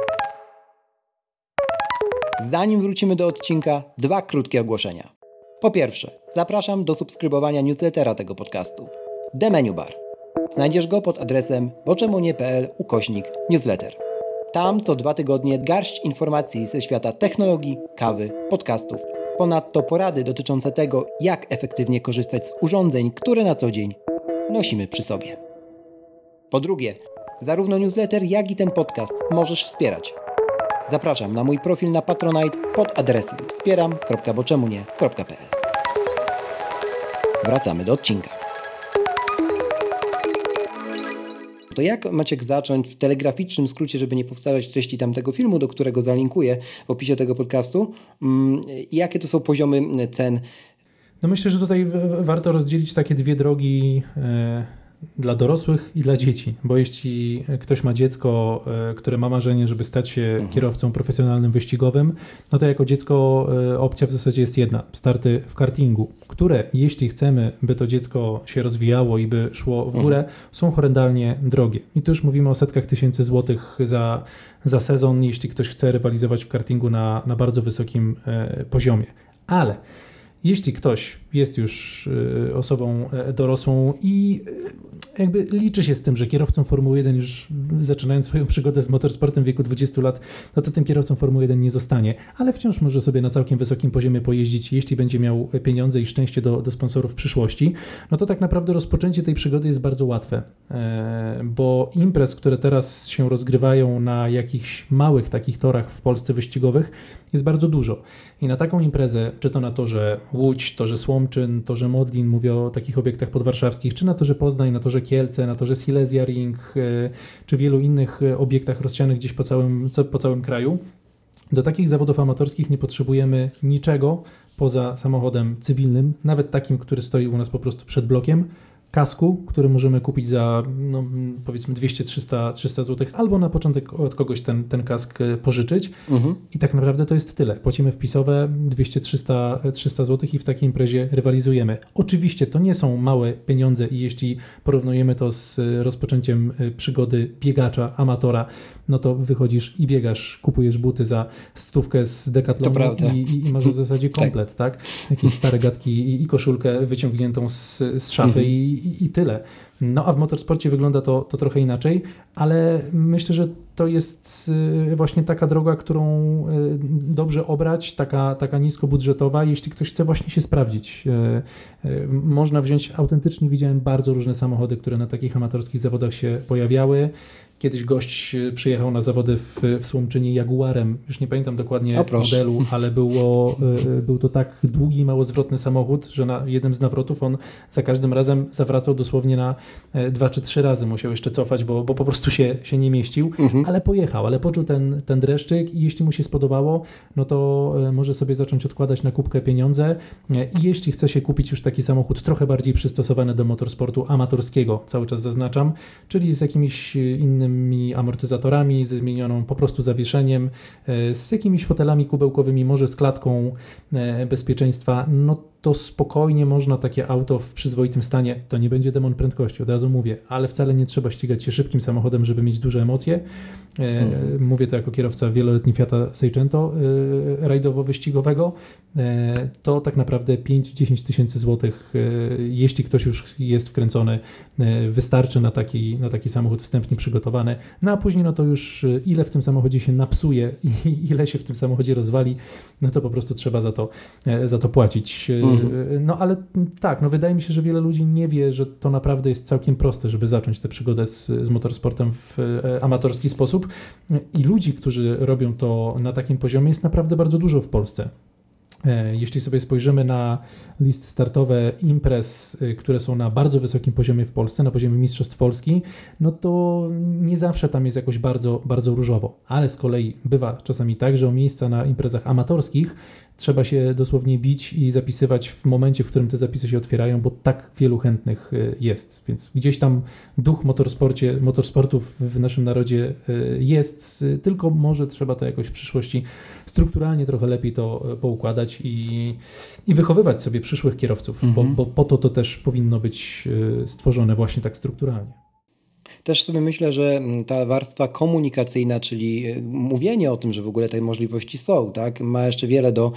Zanim wrócimy do odcinka, dwa krótkie ogłoszenia. Po pierwsze, zapraszam do subskrybowania newslettera tego podcastu. The Menu Bar. Znajdziesz go pod adresem boczemunie.pl ukośnik newsletter. Tam co dwa tygodnie garść informacji ze świata technologii, kawy, podcastów. Ponadto porady dotyczące tego, jak efektywnie korzystać z urządzeń, które na co dzień nosimy przy sobie. Po drugie, zarówno newsletter, jak i ten podcast możesz wspierać. Zapraszam na mój profil na Patronite pod adresem wspieram kropka boczemunie kropka p l. Wracamy do odcinka. To jak, Maciek, zacząć w telegraficznym skrócie, żeby nie powtarzać treści tamtego filmu, do którego zalinkuję w opisie tego podcastu, jakie to są poziomy cen? No myślę, że tutaj warto rozdzielić takie dwie drogi e, dla dorosłych i dla dzieci, bo jeśli ktoś ma dziecko, e, które ma marzenie, żeby stać się mhm. kierowcą profesjonalnym wyścigowym, no to jako dziecko e, opcja w zasadzie jest jedna, starty w kartingu, które jeśli chcemy, by to dziecko się rozwijało i by szło w górę, mhm. są horrendalnie drogie. I tu już mówimy o setkach tysięcy złotych za, za sezon, jeśli ktoś chce rywalizować w kartingu na, na bardzo wysokim e, poziomie. Ale jeśli ktoś jest już osobą dorosłą i jakby liczy się z tym, że kierowcą Formuły jeden już zaczynając swoją przygodę z motorsportem w wieku dwudziestu lat, no to tym kierowcą Formuły jeden nie zostanie, ale wciąż może sobie na całkiem wysokim poziomie pojeździć, jeśli będzie miał pieniądze i szczęście do, do sponsorów w przyszłości, no to tak naprawdę rozpoczęcie tej przygody jest bardzo łatwe, bo imprez, które teraz się rozgrywają na jakichś małych takich torach w Polsce wyścigowych jest bardzo dużo i na taką imprezę, czy to na torze Łódź, torze Słomczyn, torze Modlin, mówię o takich obiektach podwarszawskich, czy na torze Poznań, na torze Kielce, na torze Silesia Ring, czy wielu innych obiektach rozsianych gdzieś po całym, po całym kraju. Do takich zawodów amatorskich nie potrzebujemy niczego poza samochodem cywilnym, nawet takim, który stoi u nas po prostu przed blokiem, kasku, który możemy kupić za no, powiedzmy dwieście trzysta złotych, albo na początek od kogoś ten, ten kask pożyczyć mhm. i tak naprawdę to jest tyle. Płacimy wpisowe dwieście trzysta złotych i w takiej imprezie rywalizujemy. Oczywiście to nie są małe pieniądze i jeśli porównujemy to z rozpoczęciem przygody biegacza, amatora, no to wychodzisz i biegasz, kupujesz buty za stówkę z Decathlonu i, i, i masz w zasadzie komplet, tak? tak? Jakieś stare gadki i, i koszulkę wyciągniętą z, z szafy mhm. i I, i tyle. No a w motorsporcie wygląda to, to trochę inaczej, ale myślę, że to jest właśnie taka droga, którą dobrze obrać, taka, taka niskobudżetowa, jeśli ktoś chce właśnie się sprawdzić. Można wziąć, autentycznie widziałem bardzo różne samochody, które na takich amatorskich zawodach się pojawiały. Kiedyś gość przyjechał na zawody w, w Słomczynie Jaguarem, już nie pamiętam dokładnie modelu, ale było, był to tak długi i mało zwrotny samochód, że na jednym z nawrotów on za każdym razem zawracał dosłownie na dwa czy trzy razy. Musiał jeszcze cofać, bo, bo po prostu się, się nie mieścił, mhm. ale pojechał, ale poczuł ten, ten dreszczyk i jeśli mu się spodobało, no to może sobie zacząć odkładać na kubkę pieniądze i jeśli chce się kupić już taki samochód trochę bardziej przystosowany do motorsportu amatorskiego, cały czas zaznaczam, czyli z jakimiś innymi amortyzatorami, ze zmienioną po prostu zawieszeniem, z jakimiś fotelami kubełkowymi, może z klatką bezpieczeństwa, no to spokojnie można takie auto w przyzwoitym stanie, to nie będzie demon prędkości, od razu mówię, ale wcale nie trzeba ścigać się szybkim samochodem, żeby mieć duże emocje. Hmm. Mówię to jako kierowca wieloletni Fiata Seicento rajdowo-wyścigowego. To tak naprawdę pięć do dziesięciu tysięcy złotych, jeśli ktoś już jest wkręcony, wystarczy na taki, na taki samochód wstępnie przygotowany. No a później no to już ile w tym samochodzie się napsuje i ile się w tym samochodzie rozwali, no to po prostu trzeba za to, za to płacić. Mhm. No ale tak, no wydaje mi się, że wiele ludzi nie wie, że to naprawdę jest całkiem proste, żeby zacząć tę przygodę z, z motorsportem w amatorski sposób i ludzi, którzy robią to na takim poziomie jest naprawdę bardzo dużo w Polsce. Jeśli sobie spojrzymy na listy startowe imprez, które są na bardzo wysokim poziomie w Polsce, na poziomie Mistrzostw Polski, no to nie zawsze tam jest jakoś bardzo, bardzo różowo. Ale z kolei bywa czasami tak, że o miejsca na imprezach amatorskich trzeba się dosłownie bić i zapisywać w momencie, w którym te zapisy się otwierają, bo tak wielu chętnych jest. Więc gdzieś tam duch motorsporcie, motorsportów w naszym narodzie jest, tylko może trzeba to jakoś w przyszłości strukturalnie trochę lepiej to poukładać i, i wychowywać sobie przyszłych kierowców, mhm. bo, bo po to to też powinno być stworzone właśnie tak strukturalnie. Też sobie myślę, że ta warstwa komunikacyjna, czyli mówienie o tym, że w ogóle te możliwości są, tak, ma jeszcze wiele do,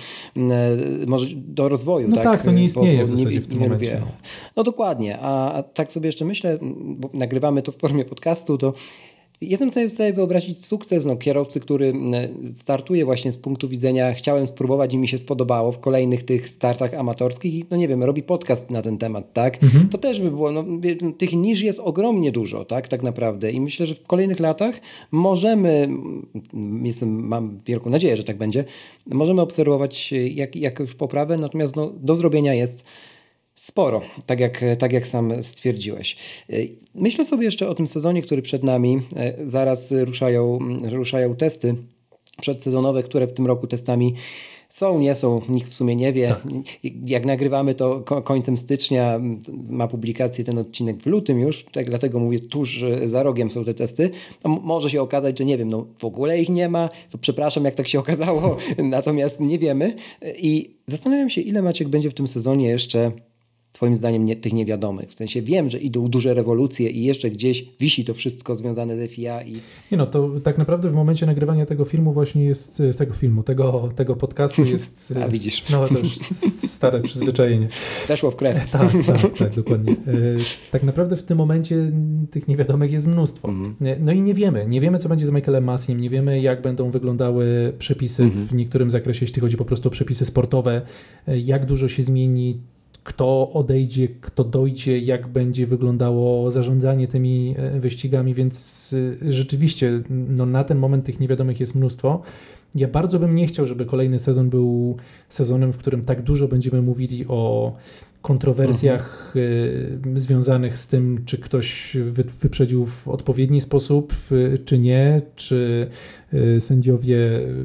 do rozwoju. No tak, tak to nie istnieje bo, bo w zasadzie nie, w tym nie momencie. Lubię. No. no dokładnie, a, a tak sobie jeszcze myślę, bo nagrywamy to w formie podcastu, to jestem sobie w stanie wyobrazić sukces no, kierowcy, który startuje właśnie z punktu widzenia chciałem spróbować i mi się spodobało w kolejnych tych startach amatorskich i no nie wiem, robi podcast na ten temat, tak? Mhm. To też by było, no, tych nisz jest ogromnie dużo, tak, tak naprawdę i myślę, że w kolejnych latach możemy, jestem, mam wielką nadzieję, że tak będzie, możemy obserwować jak, jakąś poprawę, natomiast no, do zrobienia jest sporo, tak jak, tak jak sam stwierdziłeś. Myślę sobie jeszcze o tym sezonie, który przed nami. Zaraz ruszają, ruszają testy przedsezonowe, które w tym roku testami Są, nie są, nikt w sumie nie wie. Tak. Jak nagrywamy to końcem stycznia, ma publikację ten odcinek w lutym już, tak dlatego mówię, tuż za rogiem są te testy. No, może się okazać, że nie wiem, no w ogóle ich nie ma, to przepraszam, jak tak się okazało, natomiast nie wiemy. I zastanawiam się, ile Maciek będzie w tym sezonie jeszcze twoim zdaniem nie, tych niewiadomych? W sensie wiem, że idą duże rewolucje i jeszcze gdzieś wisi to wszystko związane z F I A. I... Nie no, to tak naprawdę w momencie nagrywania tego filmu właśnie jest, tego filmu, tego, tego podcastu jest... A widzisz. No to już stare przyzwyczajenie. Weszło w krew. Tak, tak, tak, dokładnie. Tak naprawdę w tym momencie tych niewiadomych jest mnóstwo. Mm. No i nie wiemy. Nie wiemy, co będzie z Michaelem Massim, nie wiemy, jak będą wyglądały przepisy mm. w niektórym zakresie, jeśli chodzi po prostu o przepisy sportowe, jak dużo się zmieni, kto odejdzie, kto dojdzie, jak będzie wyglądało zarządzanie tymi wyścigami, więc rzeczywiście no, na ten moment tych niewiadomych jest mnóstwo. Ja bardzo bym nie chciał, żeby kolejny sezon był sezonem, w którym tak dużo będziemy mówili o kontrowersjach mhm. związanych z tym, czy ktoś wyprzedził w odpowiedni sposób, czy nie, czy sędziowie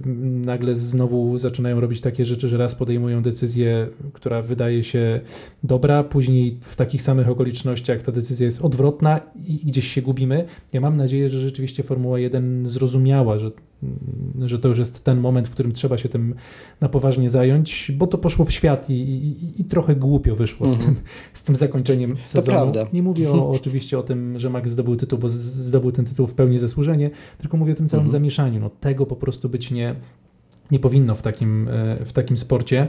nagle znowu zaczynają robić takie rzeczy, że raz podejmują decyzję, która wydaje się dobra, później w takich samych okolicznościach ta decyzja jest odwrotna i gdzieś się gubimy. Ja mam nadzieję, że rzeczywiście Formuła jeden zrozumiała, że, że to już jest ten moment, w którym trzeba się tym na poważnie zająć, bo to poszło w świat i, i, i trochę głupio wyszło mhm. z, tym, z tym zakończeniem sezonu. To prawda. Nie mówię o, oczywiście o tym, że Max zdobył tytuł, bo z, zdobył ten tytuł w pełni zasłużenie, tylko mówię o tym całym mhm. zamieszaniu. No, tego po prostu być nie, nie powinno w takim, w takim sporcie,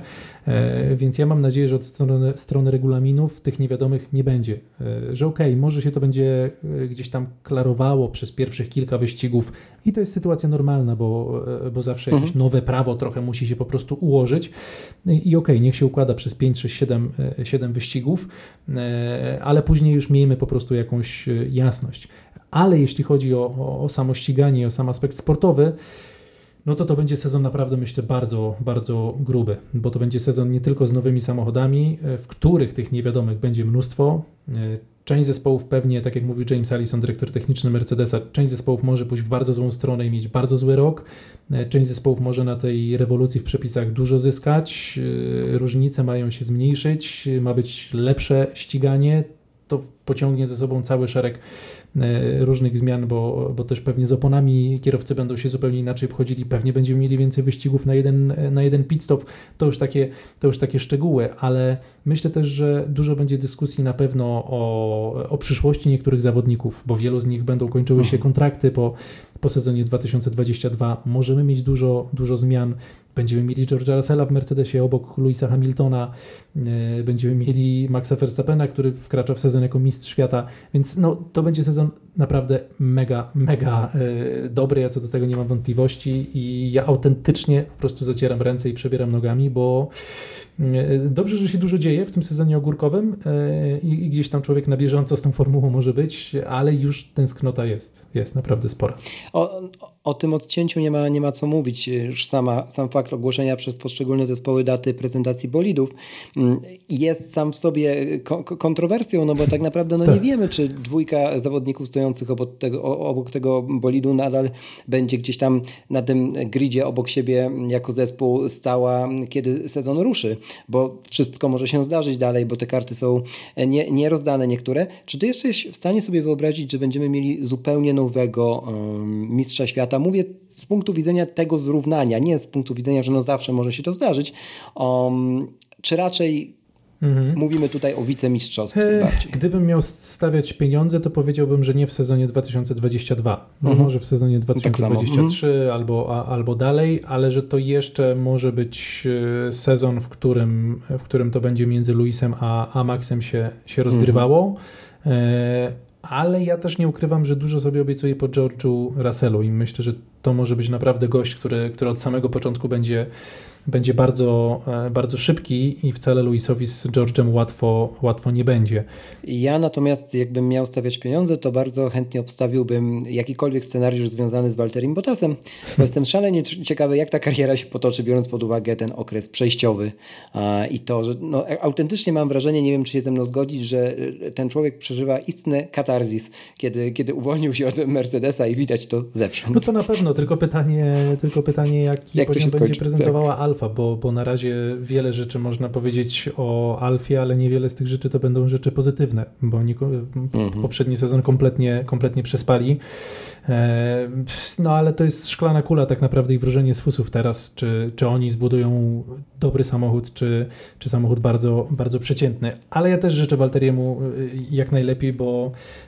więc ja mam nadzieję, że od strony, strony regulaminów tych niewiadomych nie będzie, że okej, okay, może się to będzie gdzieś tam klarowało przez pierwszych kilka wyścigów i to jest sytuacja normalna, bo, bo zawsze jakieś mhm. nowe prawo trochę musi się po prostu ułożyć i okej, okay, niech się układa przez pięć, sześć, siedem wyścigów, ale później już miejmy po prostu jakąś jasność. Ale jeśli chodzi o, o, o samo ściganie, o sam aspekt sportowy, no to to będzie sezon naprawdę, myślę, bardzo, bardzo gruby, bo to będzie sezon nie tylko z nowymi samochodami, w których tych niewiadomych będzie mnóstwo. Część zespołów pewnie, tak jak mówił James Allison, dyrektor techniczny Mercedesa, część zespołów może pójść w bardzo złą stronę i mieć bardzo zły rok. Część zespołów może na tej rewolucji w przepisach dużo zyskać. Różnice mają się zmniejszyć, ma być lepsze ściganie. To pociągnie ze sobą cały szereg różnych zmian, bo, bo też pewnie z oponami kierowcy będą się zupełnie inaczej obchodzili, pewnie będziemy mieli więcej wyścigów na jeden, na jeden pit stop, to już, takie, to już takie szczegóły, ale myślę też, że dużo będzie dyskusji na pewno o, o przyszłości niektórych zawodników, bo wielu z nich będą kończyły się kontrakty po, po sezonie dwa tysiące dwudziestym drugim. Możemy mieć dużo, dużo zmian. Będziemy mieli George'a Russella w Mercedesie obok Louisa Hamiltona, będziemy mieli Maxa Verstappena, który wkracza w sezon jako mistrz świata, więc no, to będzie sezon naprawdę mega, mega e, dobry, ja co do tego nie mam wątpliwości i ja autentycznie po prostu zacieram ręce i przebieram nogami, bo e, dobrze, że się dużo dzieje w tym sezonie ogórkowym e, i, i gdzieś tam człowiek na bieżąco z tą formułą może być, ale już tęsknota jest, jest naprawdę spora. O, o tym odcięciu nie ma, nie ma co mówić, już sama, sam fakt ogłoszenia przez poszczególne zespoły daty prezentacji bolidów jest sam w sobie kontrowersją, no bo tak naprawdę no tak. nie wiemy, czy dwójka zawodników stojących obok tego, obok tego bolidu nadal będzie gdzieś tam na tym gridzie obok siebie jako zespół stała, kiedy sezon ruszy, bo wszystko może się zdarzyć dalej, bo te karty są nie, nie rozdane niektóre. Czy ty jeszcze jesteś w stanie sobie wyobrazić, że będziemy mieli zupełnie nowego um, mistrza świata? Mówię z punktu widzenia tego zrównania, nie z punktu widzenia, że no zawsze może się to zdarzyć, um, czy raczej Mhm. mówimy tutaj o wicemistrzostwie bardziej. Gdybym miał stawiać pieniądze, to powiedziałbym, że nie w sezonie dwa tysiące dwudziestym drugim. Mhm. Może w sezonie dwa tysiące dwudziestym trzecim tak albo, a, albo dalej, ale że to jeszcze może być sezon, w którym, w którym to będzie między Luisem a, a Maxem się, się rozgrywało. Mhm. E, ale ja też nie ukrywam, że dużo sobie obiecuję po George'u Russellu i myślę, że to może być naprawdę gość, który, który od samego początku będzie będzie bardzo, bardzo szybki i wcale Luisowi z George'em łatwo, łatwo nie będzie. Ja natomiast jakbym miał stawiać pieniądze, to bardzo chętnie obstawiłbym jakikolwiek scenariusz związany z Valtterim Bottasem, bo jestem szalenie ciekawy, jak ta kariera się potoczy, biorąc pod uwagę ten okres przejściowy i to, że no, autentycznie mam wrażenie, nie wiem, czy się ze mną zgodzić, że ten człowiek przeżywa istny katarzis, kiedy, kiedy uwolnił się od Mercedesa i widać to zewsząd. No to na pewno, tylko pytanie, tylko pytanie jaki jak poziom będzie prezentowała tak. Alfa Alfa, bo, bo na razie wiele rzeczy można powiedzieć o Alfie, ale niewiele z tych rzeczy to będą rzeczy pozytywne, bo oni mhm. poprzedni sezon kompletnie, kompletnie przespali. No ale to jest szklana kula tak naprawdę i wróżenie z fusów teraz, czy, czy oni zbudują dobry samochód, czy, czy samochód bardzo, bardzo przeciętny. Ale ja też życzę Valtteriemu jak najlepiej, bo,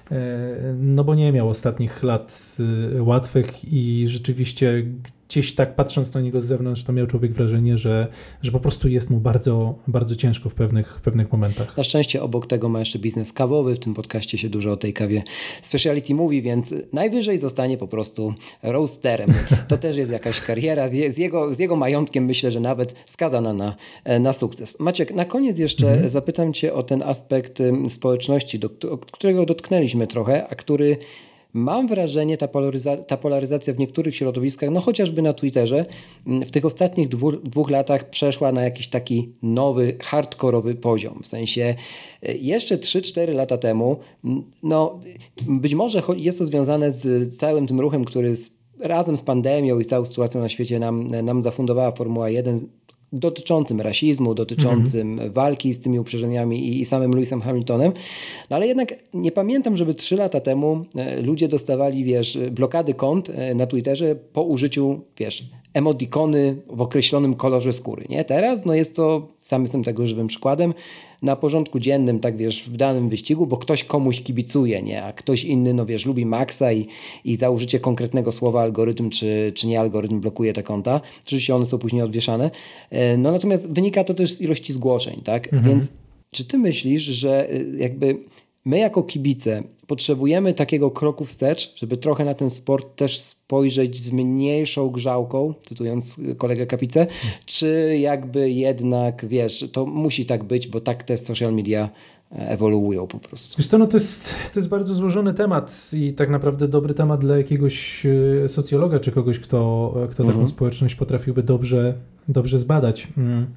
no bo nie miał ostatnich lat łatwych i rzeczywiście gdzieś tak patrząc na niego z zewnątrz, to miał człowiek wrażenie, że, że po prostu jest mu bardzo, bardzo ciężko w pewnych, w pewnych momentach. Na szczęście obok tego ma jeszcze biznes kawowy, w tym podcaście się dużo o tej kawie speciality mówi, więc najwyżej zostanie po prostu roasterem. To też jest jakaś kariera, z jego, z jego majątkiem myślę, że nawet skazana na, na sukces. Maciek, na koniec jeszcze mhm. zapytam Cię o ten aspekt społeczności, do którego dotknęliśmy trochę, a który mam wrażenie, ta, polaryza- ta polaryzacja w niektórych środowiskach, no chociażby na Twitterze, w tych ostatnich dwu, dwóch latach przeszła na jakiś taki nowy, hardkorowy poziom. W sensie jeszcze trzy cztery lata temu, no być może jest to związane z całym tym ruchem, który z, razem z pandemią i całą sytuacją na świecie nam, nam zafundowała Formuła jeden, dotyczącym rasizmu, dotyczącym mm-hmm. walki z tymi uprzedzeniami i, i samym Lewisem Hamiltonem. No ale jednak nie pamiętam, żeby trzy lata temu e, ludzie dostawali, wiesz, blokady kont e, na Twitterze po użyciu, wiesz, emodikony w określonym kolorze skóry, nie? Teraz, no jest to, sam jestem tego żywym przykładem, na porządku dziennym, tak wiesz, w danym wyścigu, bo ktoś komuś kibicuje, nie? A ktoś inny, no wiesz, lubi Maxa i, i za użycie konkretnego słowa algorytm, czy, czy nie algorytm blokuje te konta. Oczywiście one są później odwieszane. No natomiast wynika to też z ilości zgłoszeń, tak? Mhm. Więc czy ty myślisz, że jakby my jako kibice potrzebujemy takiego kroku wstecz, żeby trochę na ten sport też spojrzeć z mniejszą grzałką, cytując kolegę Kapicę, czy jakby jednak, wiesz, to musi tak być, bo tak te social media ewoluują po prostu. Wiesz co, no to jest, to jest bardzo złożony temat i tak naprawdę dobry temat dla jakiegoś socjologa, czy kogoś, kto, kto taką mhm. społeczność potrafiłby dobrze, dobrze zbadać.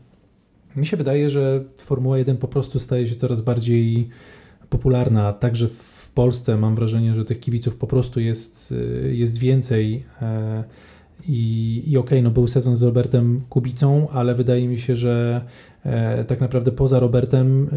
Mi się wydaje, że Formuła jeden po prostu staje się coraz bardziej popularna, także w Polsce mam wrażenie, że tych kibiców po prostu jest, jest więcej i, i okej, okay, no był sezon z Robertem Kubicą, ale wydaje mi się, że e, tak naprawdę poza Robertem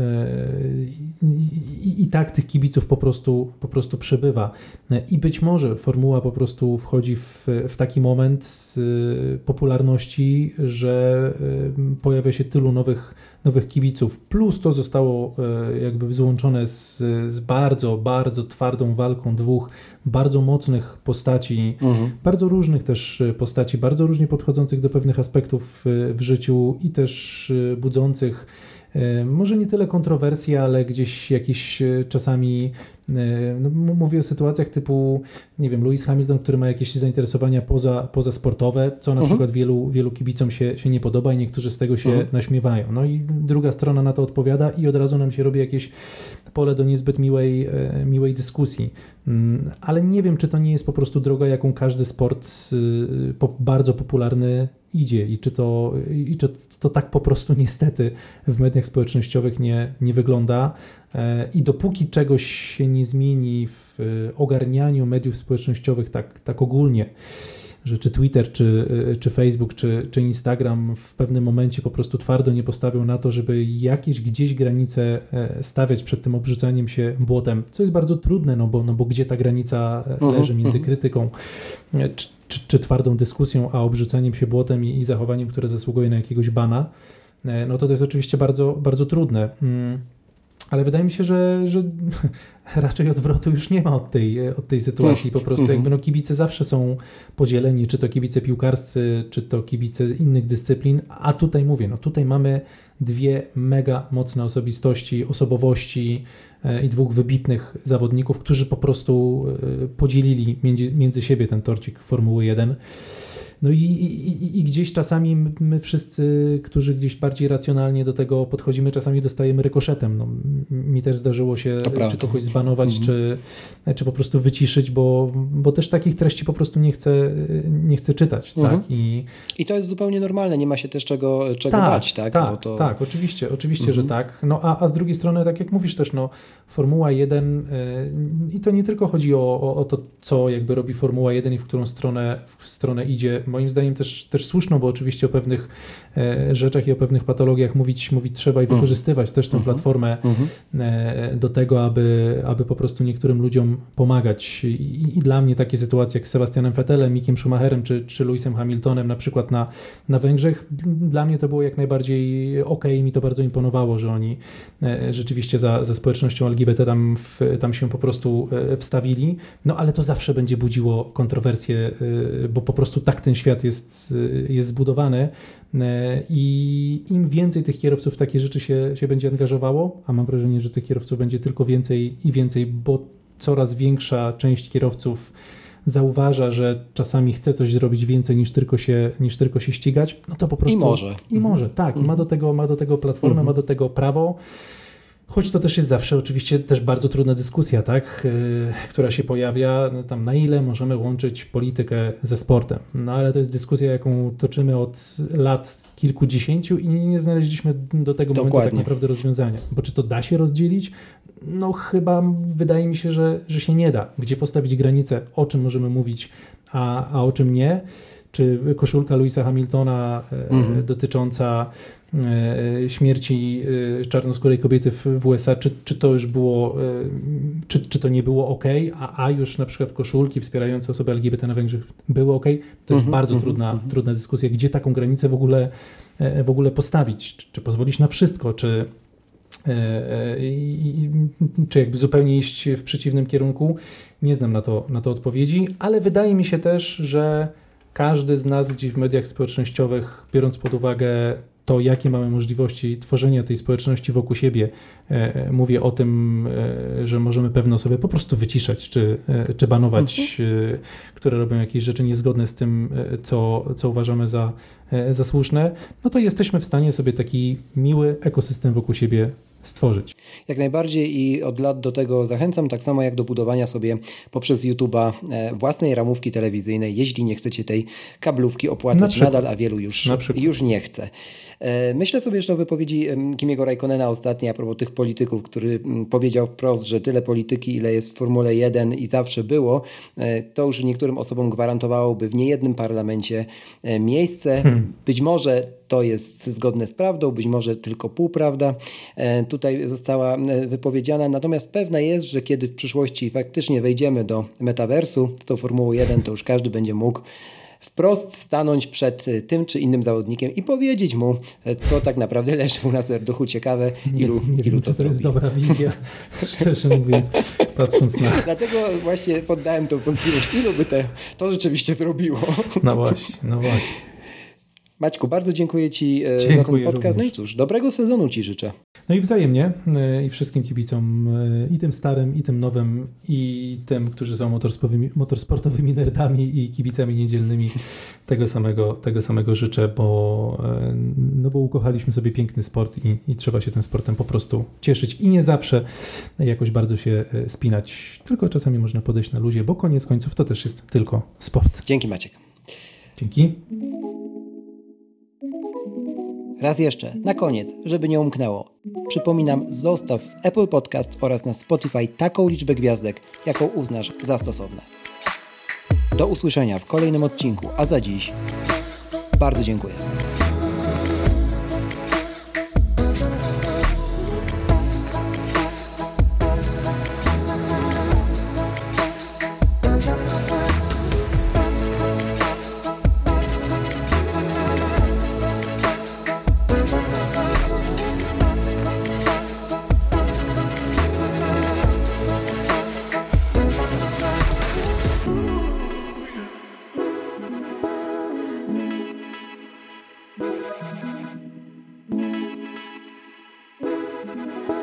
e, i, i tak tych kibiców po prostu, po prostu przybywa. I być może Formuła po prostu wchodzi w, w taki moment e, popularności, że e, pojawia się tylu nowych, nowych kibiców, plus to zostało e, jakby złączone z, z bardzo, bardzo twardą walką dwóch bardzo mocnych postaci, mhm. bardzo różnych też postaci, bardzo różnie podchodzących do pewnych aspektów w, w życiu i też budzących może nie tyle kontrowersje, ale gdzieś jakieś czasami, no mówię o sytuacjach typu, nie wiem, Lewis Hamilton, który ma jakieś zainteresowania poza, pozasportowe, co na uh-huh. przykład wielu, wielu kibicom się, się nie podoba i niektórzy z tego się uh-huh. naśmiewają. No i druga strona na to odpowiada i od razu nam się robi jakieś pole do niezbyt miłej, miłej dyskusji. Ale nie wiem, czy to nie jest po prostu droga, jaką każdy sport bardzo popularny idzie i czy to, i czy to tak po prostu niestety w mediach społecznościowych nie, nie wygląda. I dopóki czegoś się nie zmieni w ogarnianiu mediów społecznościowych tak, tak ogólnie, że czy Twitter, czy, czy Facebook, czy, czy Instagram w pewnym momencie po prostu twardo nie postawią na to, żeby jakieś gdzieś granice stawiać przed tym obrzucaniem się błotem, co jest bardzo trudne, no bo, no bo gdzie ta granica leży między krytyką, czy, czy, czy twardą dyskusją, a obrzucaniem się błotem i, i zachowaniem, które zasługuje na jakiegoś bana, no to to jest oczywiście bardzo, bardzo trudne. Ale wydaje mi się, że, że raczej odwrotu już nie ma od tej, od tej sytuacji. Po prostu jakby no kibice zawsze są podzieleni, czy to kibice piłkarscy, czy to kibice innych dyscyplin. A tutaj mówię, no tutaj mamy dwie mega mocne osobistości, osobowości i dwóch wybitnych zawodników, którzy po prostu podzielili między, między siebie ten torcik Formuły jeden. No i, i, i gdzieś czasami my wszyscy, którzy gdzieś bardziej racjonalnie do tego podchodzimy, czasami dostajemy rykoszetem. No, mi też zdarzyło się czy kogoś zbanować, mhm. czy, czy po prostu wyciszyć, bo, bo też takich treści po prostu nie chcę, nie chcę czytać. Mhm. Tak? I, I to jest zupełnie normalne, nie ma się też czego, czego tak, bać. Tak, tak, bo to... tak oczywiście, oczywiście mhm. że tak. No, a, a z drugiej strony, tak jak mówisz też, no, Formuła jeden yy, i to nie tylko chodzi o, o, o to, co jakby robi Formuła jeden i w którą stronę, w stronę idzie. moim zdaniem też, też słuszną, bo oczywiście o pewnych e, rzeczach i o pewnych patologiach mówić, mówić trzeba i wykorzystywać też tę platformę e, do tego, aby, aby po prostu niektórym ludziom pomagać. I, i dla mnie takie sytuacje jak z Sebastianem Vettelem, Mickiem Schumacherem czy, czy Lewisem Hamiltonem na przykład na, na Węgrzech, dla mnie to było jak najbardziej okej i mi to bardzo imponowało, że oni e, rzeczywiście za, za społecznością L G B T tam, w, tam się po prostu e, wstawili, no ale to zawsze będzie budziło kontrowersje, e, bo po prostu tak ten świat jest, e, jest zbudowany e, i im więcej tych kierowców w takie rzeczy się, się będzie angażowało, a mam wrażenie, że tych kierowców będzie tylko więcej i więcej, bo coraz większa część kierowców zauważa, że czasami chce coś zrobić więcej niż tylko się, niż tylko się ścigać, no to po prostu... I może. I może, tak. I ma do tego, ma do tego platformę, mhm. ma do tego prawo. Choć to też jest zawsze oczywiście też bardzo trudna dyskusja, tak, yy, która się pojawia, no tam na ile możemy łączyć politykę ze sportem. No ale to jest dyskusja, jaką toczymy od lat kilkudziesięciu i nie znaleźliśmy do tego Dokładnie. momentu tak naprawdę rozwiązania. Bo czy to da się rozdzielić? No chyba wydaje mi się, że, że się nie da. Gdzie postawić granicę, o czym możemy mówić, a, a o czym nie? Czy koszulka Lewisa Hamiltona mhm. e, dotycząca e, śmierci e, czarnoskórej kobiety w, w U S A, czy, czy to już było, e, czy, czy to nie było ok, a, a już na przykład koszulki wspierające osoby L G B T na Węgrzech były ok? To jest mhm. bardzo mhm. trudna, mhm. trudna dyskusja, gdzie taką granicę w ogóle, e, w ogóle postawić, czy, czy pozwolić na wszystko, czy I, czy jakby zupełnie iść w przeciwnym kierunku. Nie znam na to, na to odpowiedzi, ale wydaje mi się też, że każdy z nas gdzieś w mediach społecznościowych, biorąc pod uwagę to, jakie mamy możliwości tworzenia tej społeczności wokół siebie, e, mówię o tym, e, że możemy pewne osoby po prostu wyciszać, czy, e, czy banować, mhm. e, które robią jakieś rzeczy niezgodne z tym, e, co, co uważamy za, e, za słuszne, no to jesteśmy w stanie sobie taki miły ekosystem wokół siebie stworzyć. Jak najbardziej i od lat do tego zachęcam, tak samo jak do budowania sobie poprzez YouTube'a własnej ramówki telewizyjnej, jeśli nie chcecie tej kablówki opłacać Na nadal, a wielu już, już nie chce. Myślę sobie jeszcze o wypowiedzi Kimiego Räikkönena ostatniej a propos tych polityków, który powiedział wprost, że tyle polityki, ile jest w Formule jeden i zawsze było, to już niektórym osobom gwarantowałoby w niejednym parlamencie miejsce. Hmm. Być może to jest zgodne z prawdą, być może tylko półprawda tutaj została wypowiedziana, natomiast pewne jest, że kiedy w przyszłości faktycznie wejdziemy do metaversu z tą Formułą jeden, to już każdy będzie mógł wprost stanąć przed tym czy innym zawodnikiem i powiedzieć mu, co tak naprawdę leży mu na serduchu. Ciekawe, ilu, nie, nie ilu wiem, to to jest dobra wizja, szczerze mówiąc, patrząc na... Dlatego właśnie poddałem tą wątpliwość, ilu by te, to rzeczywiście zrobiło. No właśnie, no właśnie. Maćku, bardzo dziękuję Ci dziękuję za ten podcast. Również. No i cóż, dobrego sezonu Ci życzę. No i wzajemnie i wszystkim kibicom, i tym starym, i tym nowym, i tym, którzy są motorsportowymi, motorsportowymi nerdami i kibicami niedzielnymi, tego samego, tego samego życzę, bo, no bo ukochaliśmy sobie piękny sport i, i trzeba się tym sportem po prostu cieszyć i nie zawsze jakoś bardzo się spinać, tylko czasami można podejść na luzie, bo koniec końców to też jest tylko sport. Dzięki Maciek. Dzięki. Raz jeszcze, na koniec, żeby nie umknęło. Przypominam, zostaw w Apple Podcast oraz na Spotify taką liczbę gwiazdek, jaką uznasz za stosowne. Do usłyszenia w kolejnym odcinku, a za dziś bardzo dziękuję. Thank you.